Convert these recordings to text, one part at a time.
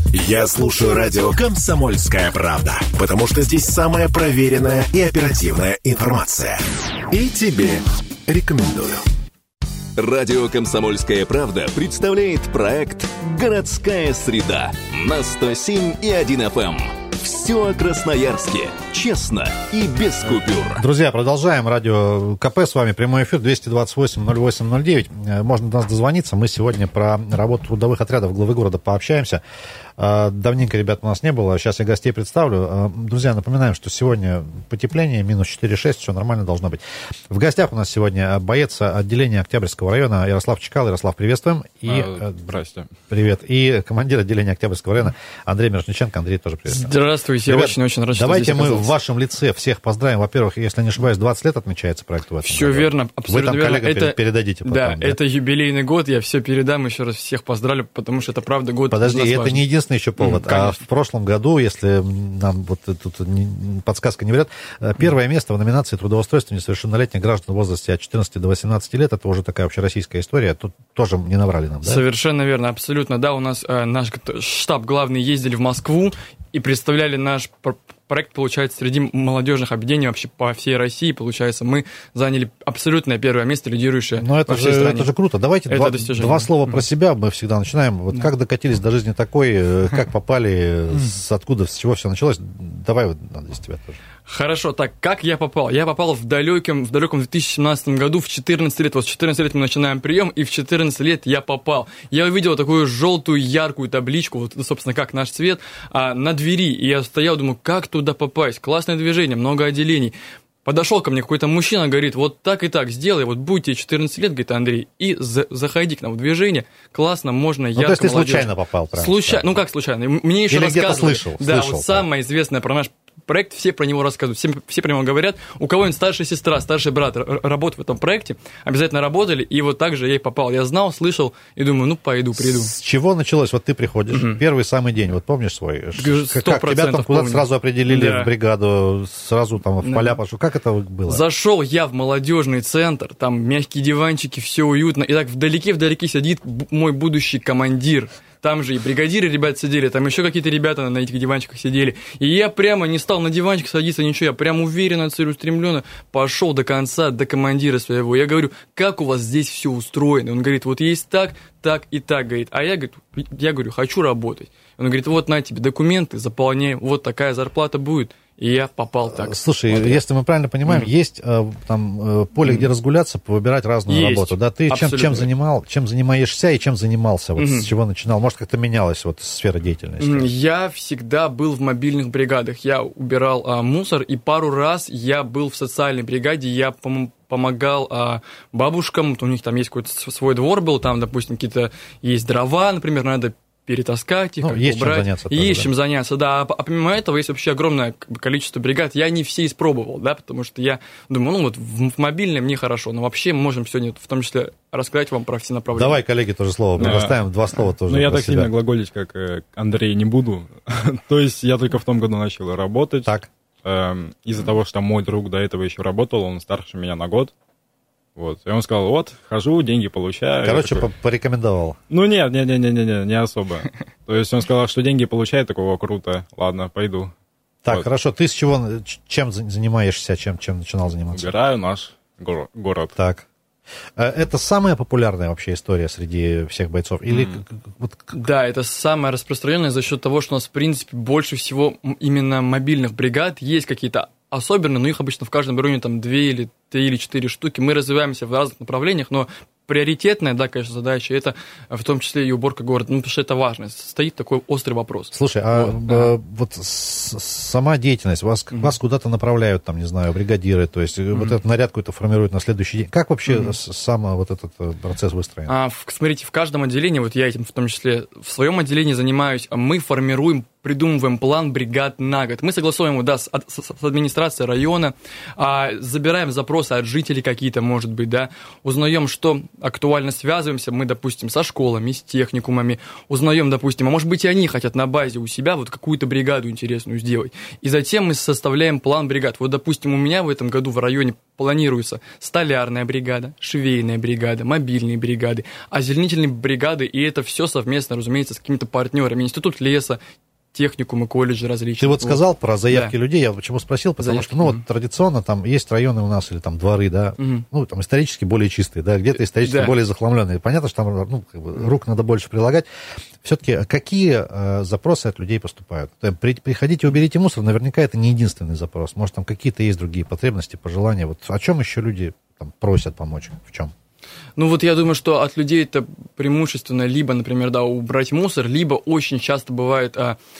Я слушаю радио «Комсомольская правда», потому что здесь самая проверенная и оперативная информация. И тебе рекомендую. Радио «Комсомольская правда» представляет проект «Городская среда» на 107,1 FM. Все о Красноярске. Честно и без купюр. Друзья, продолжаем. Радио КП. С вами прямой эфир 228-08-09. Можно до нас дозвониться. Мы сегодня про работу трудовых отрядов главы города пообщаемся. Давненько ребят у нас не было. Сейчас я гостей представлю. Друзья, напоминаем, что сегодня потепление, минус 4,6. Все нормально должно быть. В гостях у нас сегодня боец отделения Октябрьского района Ярослав Чкал. Ярослав, приветствуем. Здрасте. Привет. И командир отделения Октябрьского района Андрей Мирошниченко. Андрей, тоже привет. Здравствуйте. Ребят, очень рад, что давайте мы оказался. в вашем лице всех поздравим. Во-первых, если не ошибаюсь, 20 лет отмечается проект в этом Все году. верно, абсолютно Вы там верно. коллегам передадите потом. Да, это юбилейный год, я все передам, еще раз всех поздравлю, потому что это правда год. Подожди, это важный. не единственный еще повод. А в прошлом году, если нам вот тут подсказка не врет, первое место в номинации трудоустройства несовершеннолетних граждан в возрасте от 14 до 18 лет, это уже такая общероссийская история, тут тоже не наврали нам, да? Совершенно верно, абсолютно, да, у нас наш штаб главный ездили в Москву и представляли наш проект, получается, среди молодежных объединений вообще по всей России, получается, мы заняли абсолютное первое место, лидирующее Но это во всей стране. Это же круто. Давайте два слова про себя мы всегда начинаем. Вот как докатились до жизни такой, как попали, откуда, с чего все началось? Давай, надо из тебя тоже. Хорошо, так, как я попал? Я попал в далеком 2017 году, в 14 лет. Вот в 14 лет мы начинаем прием, и в 14 лет я попал. Я увидел такую желтую, яркую табличку, вот, собственно, как наш цвет, на двери. И я стоял, думаю, как туда попасть? Классное движение, много отделений. Подошел ко мне какой-то мужчина, говорит, вот так и так сделай, вот будь тебе 14 лет, говорит Андрей, и заходи к нам в движение, классно, можно, ярко, то есть ты молодежно. Случайно попал, правильно? Случайно, ну как случайно, мне еще или рассказывали. Слышал, вот самое известное про наш проект, все про него рассказывают, все про него говорят. У кого-нибудь старшая сестра, старший брат работают в этом проекте, обязательно работали, и вот так же я и попал. Я знал, слышал, и думаю, приду. С чего началось? Вот ты приходишь, первый самый день, вот помнишь свой? 100% Как тебя там куда-то сразу определили в бригаду, сразу там в поля пошел? Как это было? Зашел я в молодежный центр, там мягкие диванчики, все уютно, и так вдалеке сидит мой будущий командир. Там же и бригадиры ребят сидели, там еще какие-то ребята на этих диванчиках сидели. И я прямо не стал на диванчик садиться, ничего, я прям уверенно, целеустремленно пошел до конца, до командира своего. Я говорю, как у вас здесь все устроено? Он говорит, вот есть так и так, говорит. А я говорю, хочу работать. Он говорит, вот на тебе документы, заполняй, вот такая зарплата будет. И я попал так. Слушай, если мы правильно понимаем, есть там поле, где разгуляться, выбирать разную работу. Да, ты чем занимаешься и чем занимался? Вот с чего начинал? Может, как-то менялась вот сфера деятельности? Я всегда был в мобильных бригадах. Я убирал мусор, и пару раз я был в социальной бригаде, я помогал бабушкам, у них там есть какой-то свой двор был, там, допустим, какие-то есть дрова, например, надо перетаскать их, есть убрать. Чем заняться. Есть чем заняться, да. А помимо этого есть вообще огромное количество бригад. Я не все испробовал, да, потому что я думаю, в мобильном мне хорошо, но вообще мы можем сегодня в том числе рассказать вам про все направления. Давай, коллеги, тоже слово предоставим, два слова тоже. Ну, я так сильно глаголить, как Андрей, не буду. То есть я только в том году начал работать. Так. Из-за того, что мой друг до этого еще работал, он старше меня на год. Вот. И он сказал, вот, хожу, деньги получаю. Короче, порекомендовал. Ну, нет, не особо. То есть он сказал, что деньги получает, такого круто, ладно, пойду. Так, вот. Хорошо, ты чем занимаешься, чем начинал заниматься? Убираю наш город. Так. Это самая популярная вообще история среди всех бойцов? Или... Да, это самая распространенная за счет того, что у нас, в принципе, больше всего именно мобильных бригад, есть какие-то особенные, но их обычно в каждом районе там 2 или 3 или 4 штуки. Мы развиваемся в разных направлениях, но приоритетная, да, конечно, задача, это в том числе и уборка города, потому что это важно, стоит такой острый вопрос. Слушай, вот сама деятельность, вас куда-то направляют, там, не знаю, бригадиры, то есть вот этот наряд какой-то формируют на следующий день. Как вообще сам вот этот процесс выстроен? Смотрите, в каждом отделении, вот я этим в том числе в своем отделении занимаюсь, мы формируем придумываем план бригад на год. Мы согласовываем его, да, с администрацией района, забираем запросы от жителей какие-то, может быть, да, узнаем, что актуально, связываемся мы, допустим, со школами, с техникумами, узнаем, допустим, а может быть, и они хотят на базе у себя вот какую-то бригаду интересную сделать. И затем мы составляем план бригад. Вот, допустим, у меня в этом году в районе планируется столярная бригада, швейная бригада, мобильные бригады, озеленительные бригады, и это все совместно, разумеется, с какими-то партнерами. Институт леса, техникумы, колледжи различные. Ты вот сказал про заявки людей, я почему спросил, потому заявки, что, ну, вот традиционно там есть районы у нас, или там дворы, да, ну, там исторически более чистые, да, где-то исторически более захламленные. Понятно, что там, ну, как бы, рук надо больше прилагать. Все-таки какие запросы от людей поступают? Приходите, уберите мусор, наверняка это не единственный запрос. Может, там какие-то есть другие потребности, пожелания. Вот о чем еще люди там просят помочь? В чем? Ну вот я думаю, что от людей это преимущественно либо, например, да, убрать мусор, либо очень часто бывает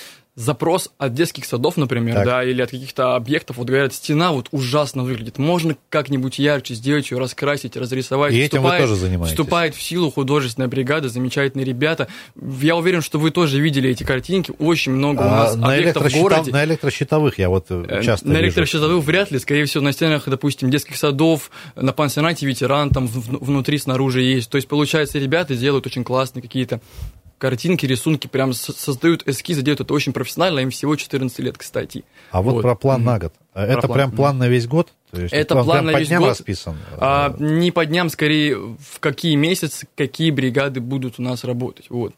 запрос от детских садов, например, так, да, или от каких-то объектов. Вот говорят, стена вот ужасно выглядит. Можно как-нибудь ярче сделать ее, раскрасить, разрисовать. И этим вы тоже занимаетесь. Вступает в силу художественная бригада, замечательные ребята. Я уверен, что вы тоже видели эти картинки. Очень много у нас объектов в городе. На электрощитовых я вот часто На вижу. электрощитовых вряд ли. Скорее всего, на стенах, допустим, детских садов, на пансионате ветеран, там внутри, снаружи есть. То есть, получается, ребята делают очень классные какие-то картинки, рисунки, прям создают эскизы, делают это очень профессионально, им всего 14 лет, кстати. А вот про план на год. Это прям план на весь год? То есть это план на весь год? По дням расписан? Не по дням, скорее, в какие месяцы, какие бригады будут у нас работать. Вот.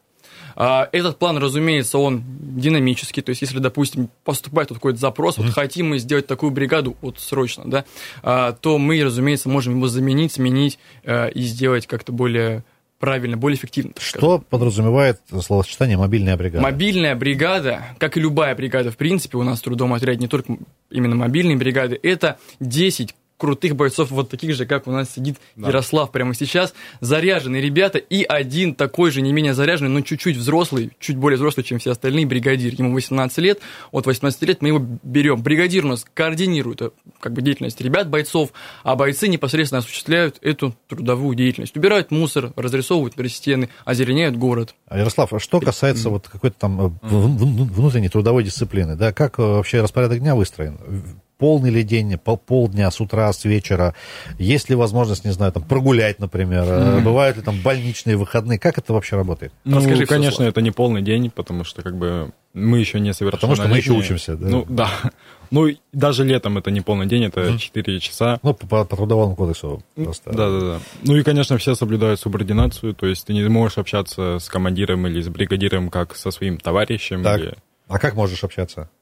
Этот план, разумеется, он динамический, то есть если, допустим, поступает вот какой-то запрос, вот хотим мы сделать такую бригаду вот срочно, да, то мы, разумеется, можем его заменить, сменить и сделать как-то более правильно, более эффективно. Что подразумевает словосочетание «мобильная бригада»? Мобильная бригада, как и любая бригада, в принципе, у нас в трудовом отряде, не только именно мобильные бригады, это 10 крутых бойцов, вот таких же, как у нас сидит Ярослав прямо сейчас, заряженные ребята, и один такой же, не менее заряженный, но чуть-чуть взрослый, чуть более взрослый, чем все остальные, бригадир. Ему 18 лет, от 18 лет мы его берем. Бригадир у нас координирует как бы деятельность ребят, бойцов, а бойцы непосредственно осуществляют эту трудовую деятельность. Убирают мусор, разрисовывают стены, озеленяют город. Ярослав, а что касается вот какой-то там внутренней трудовой дисциплины, да, как вообще распорядок дня выстроен? Полный ли день, полдня, с утра, с вечера? Есть ли возможность, не знаю, там, прогулять, например? Бывают ли там больничные выходные? Как это вообще работает? Ну, расскажи, конечно, это не полный день, потому что как бы мы еще не совершеннолетние. Потому что мы еще учимся, да? Ну, да. Ну, даже летом это не полный день, это 4 часа. Ну, по трудовому кодексу просто. Да. Ну и, конечно, все соблюдают субординацию, то есть ты не можешь общаться с командиром или с бригадиром как со своим товарищем. Так. А как можешь общаться?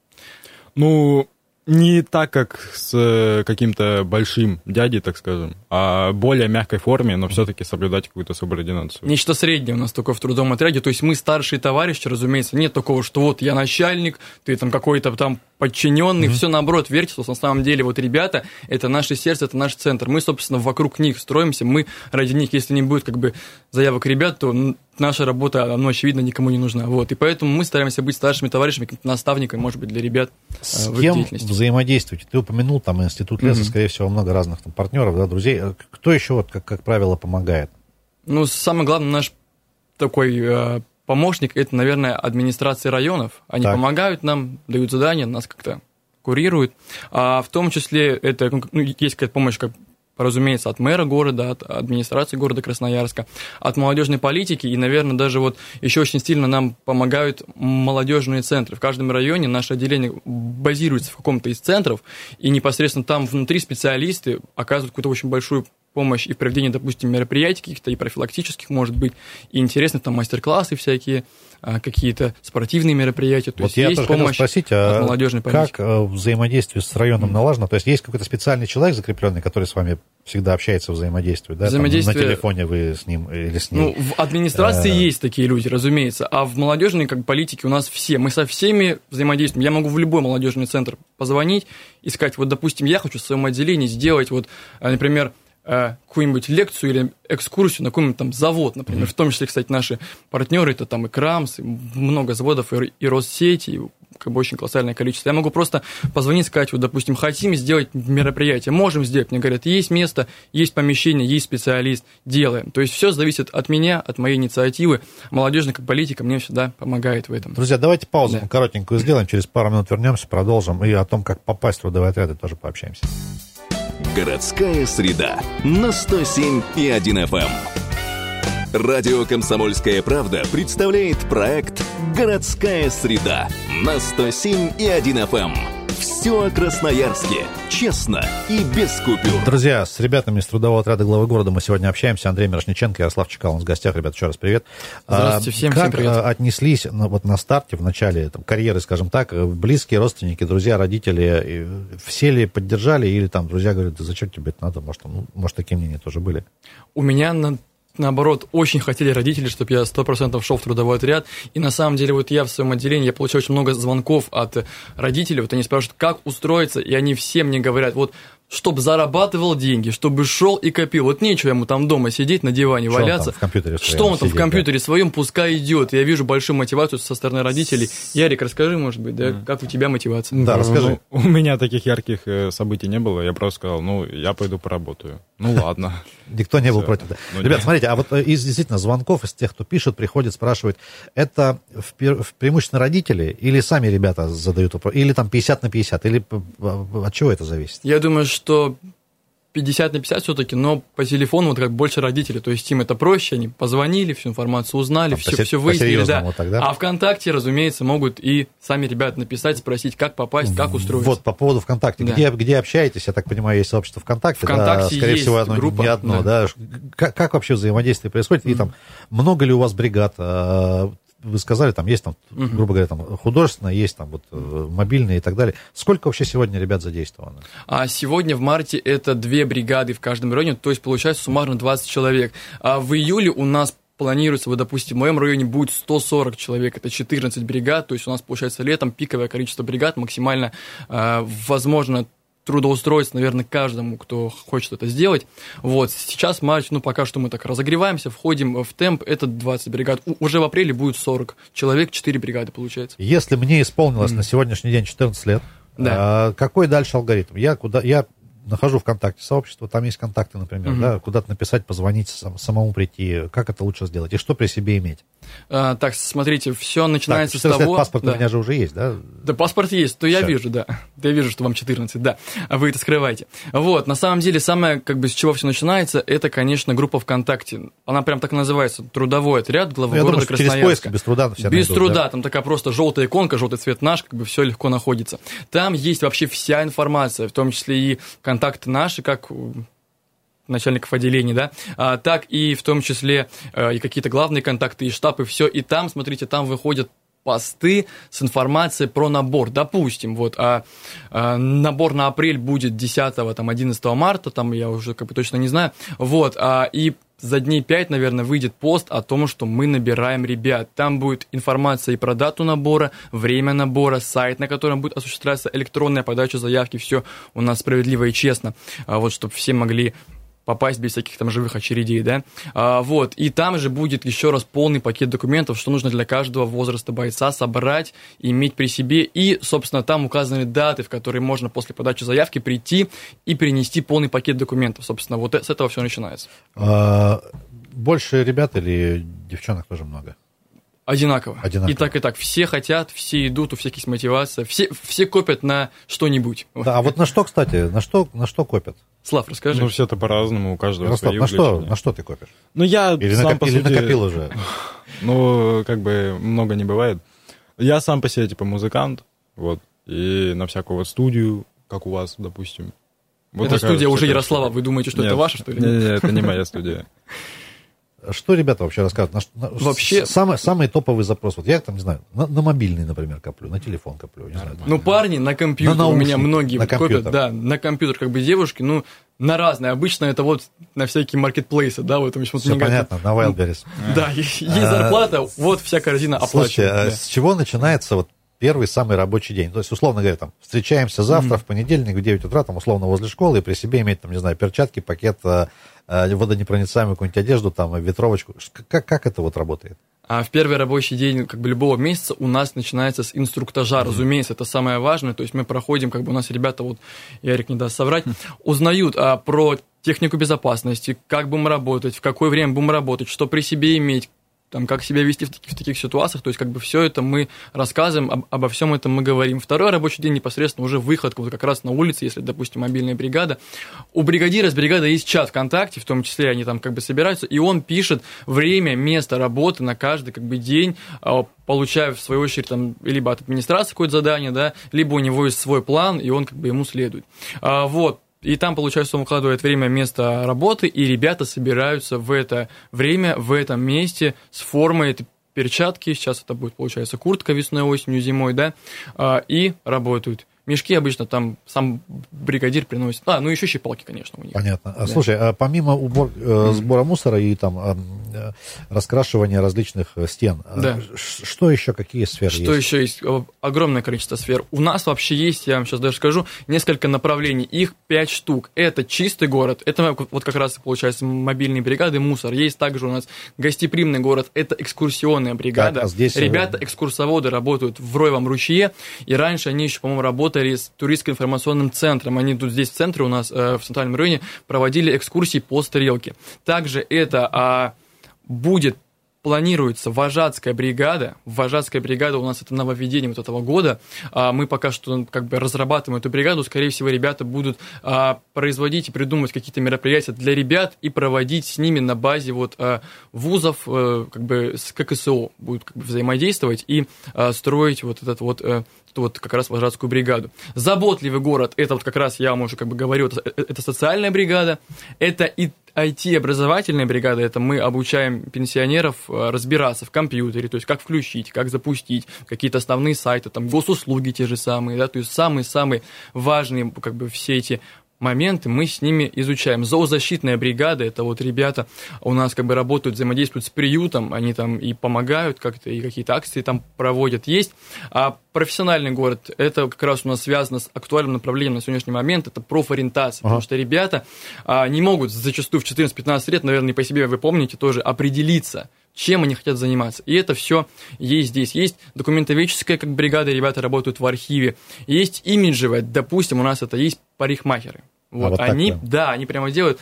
Ну, не так, как с каким-то большим дядей, так скажем, а более мягкой форме, но все-таки соблюдать какую-то субординацию. Нечто среднее у нас такое в трудовом отряде, то есть мы старшие товарищи, разумеется, нет такого, что вот я начальник, ты там какой-то там подчиненный, все наоборот, верьте, что на самом деле вот ребята, это наше сердце, это наш центр, мы, собственно, вокруг них строимся, мы ради них, если не будет как бы заявок ребят, то наша работа, она, очевидно, никому не нужна, вот, и поэтому мы стараемся быть старшими товарищами, какими-то наставниками, может быть, для ребят в их деятельности. Взаимодействуете? Ты упомянул там Институт леса, скорее всего, много разных там партнеров, да, друзей. Кто еще, вот, как правило, помогает? Ну, самый главный наш такой помощник, это, наверное, администрация районов. Они помогают нам, дают задания, нас как-то курируют. А в том числе это, есть какая-то помощь, как, разумеется, от мэра города, от администрации города Красноярска, от молодежной политики, и, наверное, даже вот еще очень сильно нам помогают молодежные центры. В каждом районе наше отделение базируется в каком-то из центров, и непосредственно там внутри специалисты оказывают какую-то очень большую помощь и в проведении, допустим, мероприятий каких-то, и профилактических, может быть, и интересных там мастер-классы всякие, какие-то спортивные мероприятия. То вот есть я есть тоже хотел спросить, от молодежной политики. Как взаимодействие с районом налажено? То есть есть какой-то специальный человек закрепленный, который с вами всегда общается, взаимодействует, да? Взаимодействие... Там, на телефоне вы с ним или с ней? Ну, в администрации есть такие люди, разумеется, а в молодежной как бы, политике у нас все. Мы со всеми взаимодействуем. Я могу в любой молодежный центр позвонить и сказать, вот, допустим, я хочу в своем отделении сделать, вот, например, какую-нибудь лекцию или экскурсию на какой-нибудь там завод, например, в том числе, кстати, наши партнеры, это там и КРАМС, и много заводов, и Россети, и как бы очень колоссальное количество. Я могу просто позвонить, сказать, вот, допустим, хотим сделать мероприятие, можем сделать. Мне говорят, есть место, есть помещение, есть специалист, делаем. То есть все зависит от меня, от моей инициативы. Молодежная политика мне всегда помогает в этом. Друзья, давайте паузу коротенькую сделаем, через пару минут вернемся, продолжим, и о том, как попасть в трудовые отряды, тоже пообщаемся. Городская среда на 107,1 FM. Радио «Комсомольская правда» представляет проект «Городская среда» на 107,1 FM. Все о Красноярске. Честно и без купюр. Друзья, с ребятами из трудового отряда главы города мы сегодня общаемся. Андрей Мирошниченко, Ярослав Чекал у нас в гостях. Ребят, еще раз привет. Здравствуйте всем, как всем привет. отнеслись вот на старте, в начале карьеры, скажем так, близкие, родственники, друзья, родители, все ли поддержали, или там друзья говорят, да зачем тебе это надо, может такие мнения тоже были? У меня наоборот, очень хотели родители, чтобы я 100% шел в трудовой отряд. И на самом деле, вот я в своем отделении, я получаю очень много звонков от родителей. Вот они спрашивают, как устроиться, и они все мне говорят, вот, чтобы зарабатывал деньги, чтобы шел и копил. Вот нечего ему там дома сидеть на диване, что валяться. Что он там в компьютере своем, пускай идет. Я вижу большую мотивацию со стороны родителей. Ярик, расскажи, может быть, да, как у тебя мотивация? Да, расскажи. У меня таких ярких событий не было. Я просто сказал, я пойду поработаю. Ну ладно. Никто не был против. Ребят, смотрите, а вот из действительно звонков, из тех, кто пишет, приходит, спрашивает, это преимущественно родители или сами ребята задают вопрос, или там 50 на 50, или от чего это зависит? Я думаю, что 50 на 50 все-таки, но по телефону вот как больше родители, то есть им это проще, они позвонили, всю информацию узнали, все выяснили, да. Тогда. А ВКонтакте, разумеется, могут и сами ребята написать, спросить, как попасть, как устроиться. Вот, по поводу ВКонтакте, да. где общаетесь, я так понимаю, есть сообщество ВКонтакте, ВКонтакте да, скорее есть всего, группа, не одно, да. Как вообще взаимодействие происходит, и там, много ли у вас бригад? Вы сказали, там есть, грубо говоря, там художественное, есть там вот мобильные и так далее. Сколько вообще сегодня ребят задействовано? А сегодня в марте это 2 бригады в каждом районе, то есть получается суммарно 20 человек. А в июле у нас планируется, вот, допустим, в моем районе будет 140 человек, это 14 бригад, то есть у нас получается летом пиковое количество бригад, максимально возможно трудоустроиться, наверное, каждому, кто хочет это сделать. Вот, сейчас март, пока что мы так разогреваемся, входим в темп, это 20 бригад. Уже в апреле будет 40 человек, 4 бригады получается. Если мне исполнилось на сегодняшний день 14 лет, да. Какой дальше алгоритм? Я нахожу ВКонтакте сообщество, там есть контакты, например, да, куда-то написать, позвонить, самому прийти. Как это лучше сделать? И что при себе иметь? Так, смотрите, все начинается с того... Паспорт у меня же уже есть, да? Да, паспорт есть, то я вижу, да. Я вижу, что вам 14, да. А вы это скрываете. Вот, на самом деле, самое, с чего все начинается, это, конечно, группа ВКонтакте. Она прям так называется, трудовой отряд главы города Красноярска. Через поиск без труда все без найдут, труда, да? Там такая просто желтая иконка, желтый цвет наш, все легко находится. Там есть вообще вся информация, в том числе и контакты наши, как начальников отделений, да, так и в том числе и какие-то главные контакты, и штаб, и все. И там, смотрите, там выходят посты с информацией про набор. Допустим, вот, набор на апрель будет 10-11 марта, там я уже точно не знаю, вот, и за дней 5, наверное, выйдет пост о том, что мы набираем ребят. Там будет информация и про дату набора, время набора, сайт, на котором будет осуществляться электронная подача заявки, все у нас справедливо и честно, вот, чтобы все могли попасть без всяких там живых очередей, да, вот, и там же будет еще раз полный пакет документов, что нужно для каждого возраста бойца собрать, иметь при себе, и, собственно, там указаны даты, в которые можно после подачи заявки прийти и принести полный пакет документов, собственно, вот с этого все начинается. Больше ребят или девчонок тоже много? Одинаково. И так, все хотят, все идут, у всех есть мотивация, все копят на что-нибудь. Да, а вот на что, кстати, на что копят? Слав, расскажи. Все это по-разному, у каждого свои увлечения. На что ты копишь? Я или сам по сути... накопил уже? Много не бывает. Я сам по себе, музыкант, вот, и на всякую студию, как у вас, допустим. Вот это студия уже Ярослава, вы думаете, что это ваша, что ли? Нет, это не моя студия. Что ребята вообще рассказывают? Вообще... Самый топовый запрос. Вот я там, не знаю, на мобильный, например, коплю, на телефон коплю, не знаю. Парни на компьютер, у меня многие копят, да, на компьютер, девушки, на разные. Обычно это вот на всякие маркетплейсы, да, вот. Все понятно, на Wildberries. Да, есть зарплата, вот вся корзина оплачивается. Слушайте, с чего начинается вот первый самый рабочий день? То есть, условно говоря, там, встречаемся завтра в понедельник в 9 утра, там, условно, возле школы, и при себе иметь, там, не знаю, перчатки, пакет, водонепроницаемую какую-нибудь одежду, там, ветровочку. Как это вот работает? А в первый рабочий день как бы любого месяца у нас начинается с инструктажа, разумеется, это самое важное, то есть мы проходим, как бы у нас ребята, вот Ярик не даст соврать, узнают про технику безопасности, как будем работать, в какое время будем работать, что при себе иметь, там, как себя вести в таких ситуациях, то есть как бы все это мы рассказываем, обо всем этом мы говорим. Второй рабочий день непосредственно уже выход вот как раз на улице, если, допустим, мобильная бригада. У бригадира с бригадой есть чат ВКонтакте, в том числе они там как бы собираются, и он пишет время, место работы на каждый как бы день, получая в свою очередь там либо от администрации какое-то задание, да, либо у него есть свой план, и он как бы ему следует. Вот. И там, получается, он укладывает время, место работы, и ребята собираются в это время, в этом месте с формой, это перчатки, сейчас это будет, получается, куртка весной, осенью, зимой, да, и работают. Мешки обычно там сам бригадир приносит. Ну еще щипалки, конечно, у них. Понятно. Да. Слушай, а помимо сбора мусора и там раскрашивания различных стен, да. Что еще, какие сферы есть? Что еще есть? Огромное количество сфер. У нас вообще есть, я вам сейчас даже скажу, несколько направлений. Их 5 штук. Это чистый город. Это вот как раз, получается, мобильные бригады, мусор. Есть также у нас гостеприимный город. Это экскурсионная бригада. Так, здесь... Ребята, экскурсоводы, работают в Роевом ручье. И раньше они еще, по-моему, работали с туристско-информационным центром. Они тут здесь в центре у нас, в центральном районе, проводили экскурсии по Стрелке. Также это планируется Вожатская бригада. Вожатская бригада у нас это нововведение вот этого года. Мы пока что как бы разрабатываем эту бригаду. Скорее всего, ребята будут производить и придумывать какие-то мероприятия для ребят и проводить с ними на базе вот вузов, как бы с ККСО будут как бы взаимодействовать и строить вот этот вот как раз Вожатскую бригаду. Заботливый город, это вот как раз я вам уже как бы говорю, это социальная бригада, это и IT-образовательная бригада, это мы обучаем пенсионеров разбираться в компьютере, то есть как включить, как запустить, какие-то основные сайты, там госуслуги те же самые, да, то есть самые-самые важные как бы все эти моменты мы с ними изучаем. Зоозащитная бригада, это вот ребята у нас как бы работают, взаимодействуют с приютом, они там и помогают как-то, и какие-то акции там проводят, есть. А профессиональный город, это как раз у нас связано с актуальным направлением на сегодняшний момент, это профориентация, потому что ребята не могут зачастую в 14-15 лет, наверное, по себе вы помните тоже, определиться, чем они хотят заниматься. И это все есть здесь. Есть документоведческая как бригада, ребята работают в архиве. Есть имиджевая, допустим, у нас это есть парикмахеры. Вот они, да, они прямо делают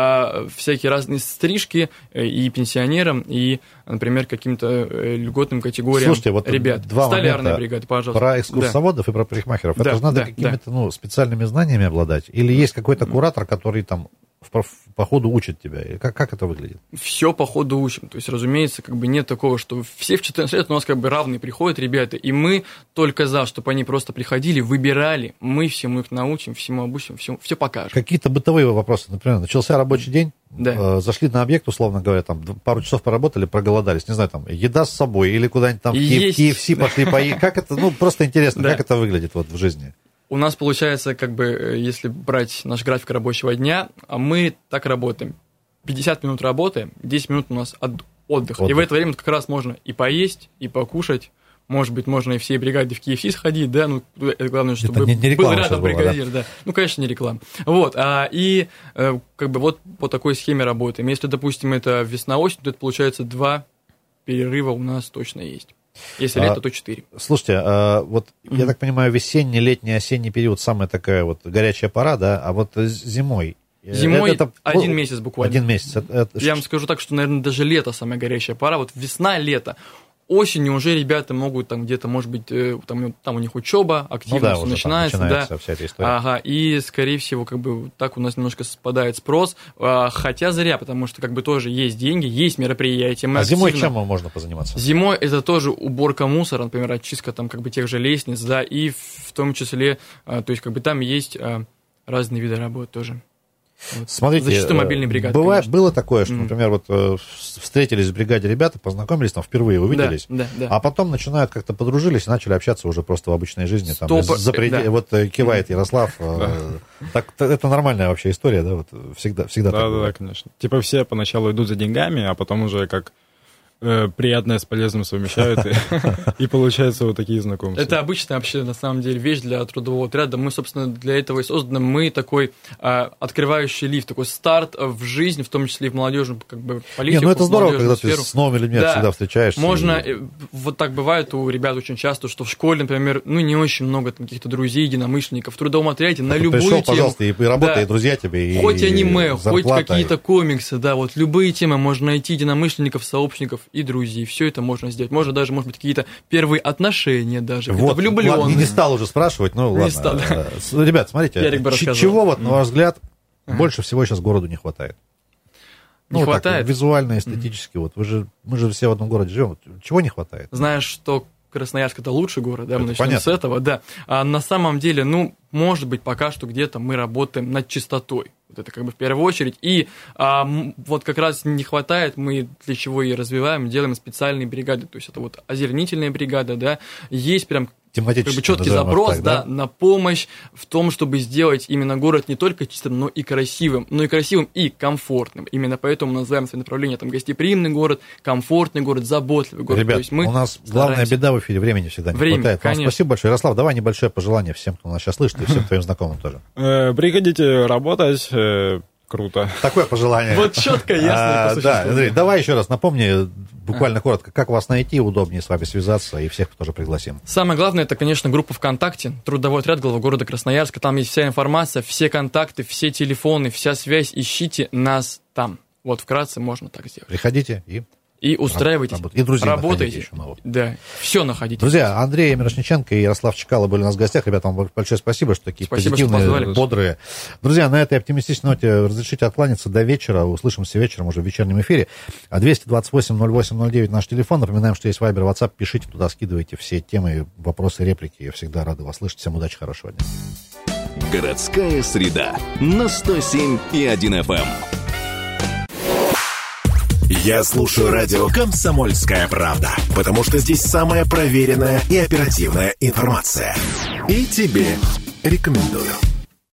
всякие разные стрижки и пенсионерам, и, например, каким-то льготным категориям. Слушайте, вот ребят. Столярная бригада, пожалуйста. Про экскурсоводов и про парикмахеров. Это же надо какими-то специальными знаниями обладать? Или есть какой-то куратор, который там по ходу учит тебя? Как это выглядит? Все по ходу учим. То есть, разумеется, как бы нет такого, что все в 14 лет у нас как бы равные приходят ребята, и мы только за, чтобы они просто приходили, выбирали. Мы всему их научим, всему обучим, все покажем. Какие-то бытовые вопросы. Например, начался рабочий день, зашли на объект, условно говоря, там пару часов поработали, проголодались. Не знаю, там еда с собой или куда-нибудь там в KFC пошли поесть. Как это, просто интересно, как это выглядит вот в жизни? У нас получается, как бы, если брать наш график рабочего дня, мы так работаем. 50 минут работаем, 10 минут у нас отдых. И в это время как раз можно и поесть, и покушать. Может быть, можно и всей бригаде в KFC сходить, да, это главное, чтобы был рядом бригадир, да. Конечно, не реклама. Вот, и как бы вот по такой схеме работаем. Если, допустим, это весна-осень, то это получается 2 перерыва у нас точно есть. Если лето, то 4. Слушайте, вот я так понимаю, весенний, летний, осенний период самая такая вот горячая пора, да, а вот зимой? Зимой это 1 месяц буквально. 1 месяц. Я вам скажу так, что, наверное, даже лето самая горячая пора. Вот весна, лето. Осенью уже ребята могут там где-то, может быть, там у них учеба, активность начинается, да. Вся эта история. Ага, и, скорее всего, как бы так у нас немножко спадает спрос, хотя зря, потому что как бы тоже есть деньги, есть мероприятия. Зимой чем можно позаниматься? Зимой это тоже уборка мусора, например, очистка там как бы тех же лестниц, да, и в том числе, то есть как бы там есть разные виды работ тоже. Вот. Смотрите, зачастую мобильные бригады, было такое, что, например, вот встретились в бригаде ребята, познакомились, там впервые увиделись, а потом начинают как-то подружились и начали общаться уже просто в обычной жизни. Там, Вот кивает Ярослав. Так, это нормальная вообще история, да? Вот всегда да, конечно. Типа все поначалу идут за деньгами, а потом уже как приятное с полезным совмещают, и получаются вот такие знакомства. Это обычная вообще, на самом деле, вещь для трудового отряда. Мы, собственно, для этого и созданы. Мы такой открывающий лифт, такой старт в жизнь, в том числе и в молодежную как бы политику. Ну это здорово, когда сферу. ты с новыми людьми всегда встречаешься. Можно, вот так бывает у ребят очень часто, что в школе, например, не очень много каких-то друзей, единомышленников. В трудовом отряде на любую пришел, тему. Пожалуйста, и работа, и друзья тебе, и хоть аниме, зарплата, хоть какие-то комиксы, да, вот любые темы можно найти единомышленников, сообщников и друзей. Все это можно сделать. Можно даже, может быть, какие-то первые отношения даже, вот, влюбленные. Ладно, не стал уже спрашивать, ну ладно. Стал, да. Ребят, смотрите, чего вот, на ваш взгляд, больше всего сейчас городу не хватает? Не хватает? Так, визуально, эстетически, вот мы же все в одном городе живем. Чего не хватает? Знаешь, что Красноярск — это лучший город, да, мы начнем понятно. с этого, да. А на самом деле, может быть, пока что где-то мы работаем над чистотой. Вот это как бы в первую очередь. И вот как раз не хватает, мы для чего и развиваем, делаем специальные бригады. То есть это вот озеленительная бригада, да. Есть прям как бы четкий запрос, так, да, на помощь в том, чтобы сделать именно город не только чистым, но и красивым, и комфортным. Именно поэтому мы называем свои направления там гостеприимный город, комфортный город, заботливый город. Ребят, То есть мы у нас главная беда в эфире, времени всегда не хватает. Вам спасибо большое. Ярослав, давай небольшое пожелание всем, кто нас сейчас слышит, и всем твоим знакомым тоже. Приходите работать. Круто. Такое пожелание. Вот четко, ясно. Да, Андрей, давай еще раз напомни, буквально коротко, как вас найти, удобнее с вами связаться, и всех тоже пригласим. Самое главное, это, конечно, группа ВКонтакте, трудовой отряд главы города Красноярска. Там есть вся информация, все контакты, все телефоны, вся связь. Ищите нас там. Вот вкратце можно так сделать. Приходите и устраивайтесь, и друзей работайте. Еще новых. Да, все находите. Друзья, Андрей Мирошниченко и Ярослав Чекало были у нас в гостях. Ребята, вам большое спасибо, что такие позитивные, бодрые. Друзья, на этой оптимистичной ноте разрешите откланяться до вечера. Услышимся вечером уже в вечернем эфире. 228-08-09 наш телефон. Напоминаем, что есть Вайбер, WhatsApp. Пишите туда, скидывайте все темы, вопросы, реплики. Я всегда рады вас слышать. Всем удачи, хорошего дня. Городская среда на 107,1 FM. Я слушаю радио «Комсомольская правда», потому что здесь самая проверенная и оперативная информация. И тебе рекомендую.